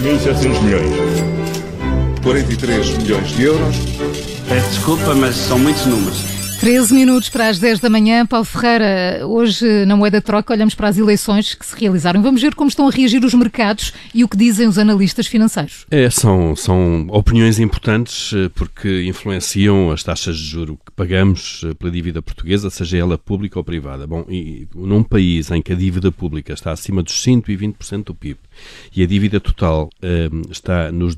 4.700 milhões. 43 milhões de euros. Peço desculpa, mas são muitos números. 13 minutos para as 10 da manhã. Paulo Ferreira, hoje na Moeda de Troca olhamos para as eleições que se realizaram. Vamos ver como estão a reagir os mercados e o que dizem os analistas financeiros. São opiniões importantes porque influenciam as taxas de juros que pagamos pela dívida portuguesa, seja ela pública ou privada. Bom, e num país em que a dívida pública está acima dos 120% do PIB e a dívida total está nos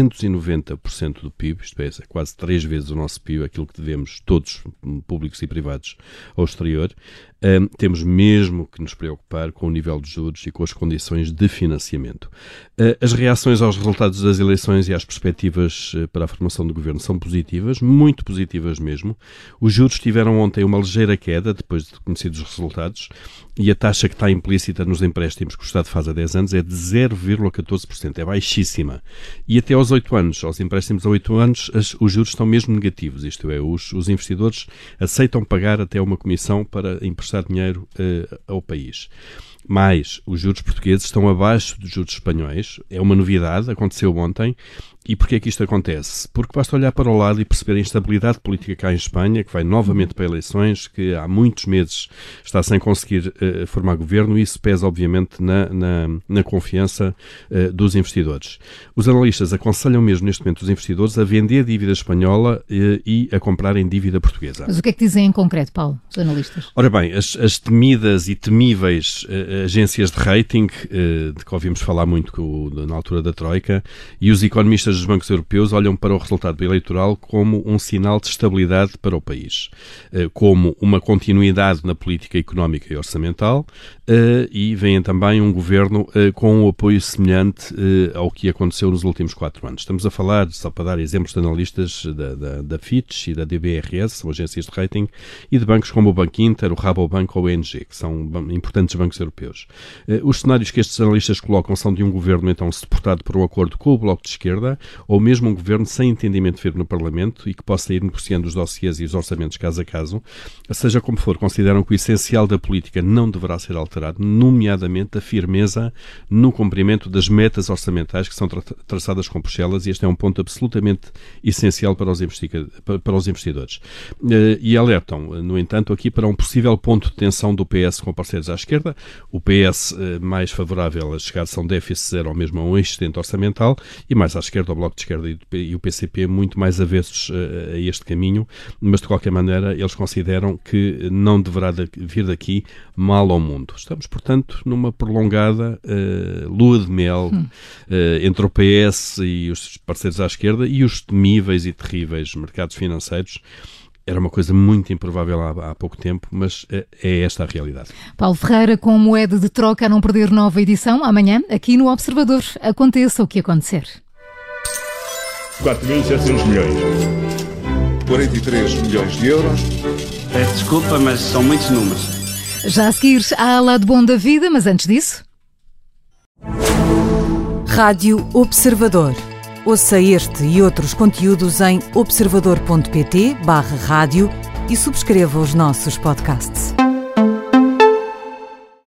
290% do PIB, isto é quase 3 vezes o nosso PIB, aquilo que devemos todos, públicos e privados, ao exterior, temos mesmo que nos preocupar com o nível de juros e com as condições de financiamento. As reações aos resultados das eleições e às perspectivas para a formação do governo são positivas, muito positivas mesmo. Os juros tiveram ontem uma ligeira queda, depois de conhecidos os resultados, e a taxa que está implícita nos empréstimos que o Estado faz há 10 anos é de 0,14%, é baixíssima. E até aos 8 anos, aos empréstimos a 8 anos, os juros estão mesmo negativos, isto é, os investidores aceitam pagar até uma comissão para emprestar dinheiro ao país. Mas os juros portugueses estão abaixo dos juros espanhóis, é uma novidade, aconteceu ontem. E porquê é que isto acontece? Porque basta olhar para o lado e perceber a instabilidade política cá em Espanha, que vai novamente para eleições, que há muitos meses está sem conseguir formar governo, e isso pesa obviamente na confiança dos investidores. Os analistas aconselham mesmo neste momento os investidores a vender dívida espanhola e a comprarem dívida portuguesa. Mas o que é que dizem em concreto, Paulo, os analistas? Ora bem, as temidas e temíveis agências de rating, de que ouvimos falar muito na altura da Troika, e os economistas dos bancos europeus olham para o resultado eleitoral como um sinal de estabilidade para o país, como uma continuidade na política económica e orçamental, e veem também um governo com um apoio semelhante ao que aconteceu nos últimos 4 anos. Estamos a falar, só para dar exemplos de analistas da Fitch e da DBRS, são agências de rating, e de bancos como o Banco Inter, o Rabobank ou o ING, que são importantes bancos europeus. Os cenários que estes analistas colocam são de um governo então suportado por um acordo com o Bloco de Esquerda, ou mesmo um governo sem entendimento firme no Parlamento e que possa ir negociando os dossiês e os orçamentos caso a caso. Seja como for, consideram que o essencial da política não deverá ser alterado, nomeadamente a firmeza no cumprimento das metas orçamentais que são traçadas com Bruxelas, e este é um ponto absolutamente essencial para os investidores. E alertam, no entanto, aqui para um possível ponto de tensão do PS com parceiros à esquerda. O PS mais favorável a chegar a um déficit zero ou mesmo a um excedente orçamental, e mais à esquerda, o Bloco de Esquerda e o PCP muito mais avessos a este caminho, mas de qualquer maneira eles consideram que não deverá vir daqui mal ao mundo. Estamos, portanto, numa prolongada lua de mel entre o PS e os parceiros à esquerda e os temíveis e terríveis mercados financeiros. Era uma coisa muito improvável há pouco tempo, mas é esta a realidade. Paulo Ferreira, com Moeda de Troca, a não perder nova edição, amanhã, aqui no Observador. Aconteça o que acontecer. 4.700 milhões. 43 milhões de euros. Peço desculpa, mas são muitos números. Já a seguir, há Lado Bom da Vida, mas antes disso... Rádio Observador. Ouça este e outros conteúdos em observador.pt/rádio e subscreva os nossos podcasts.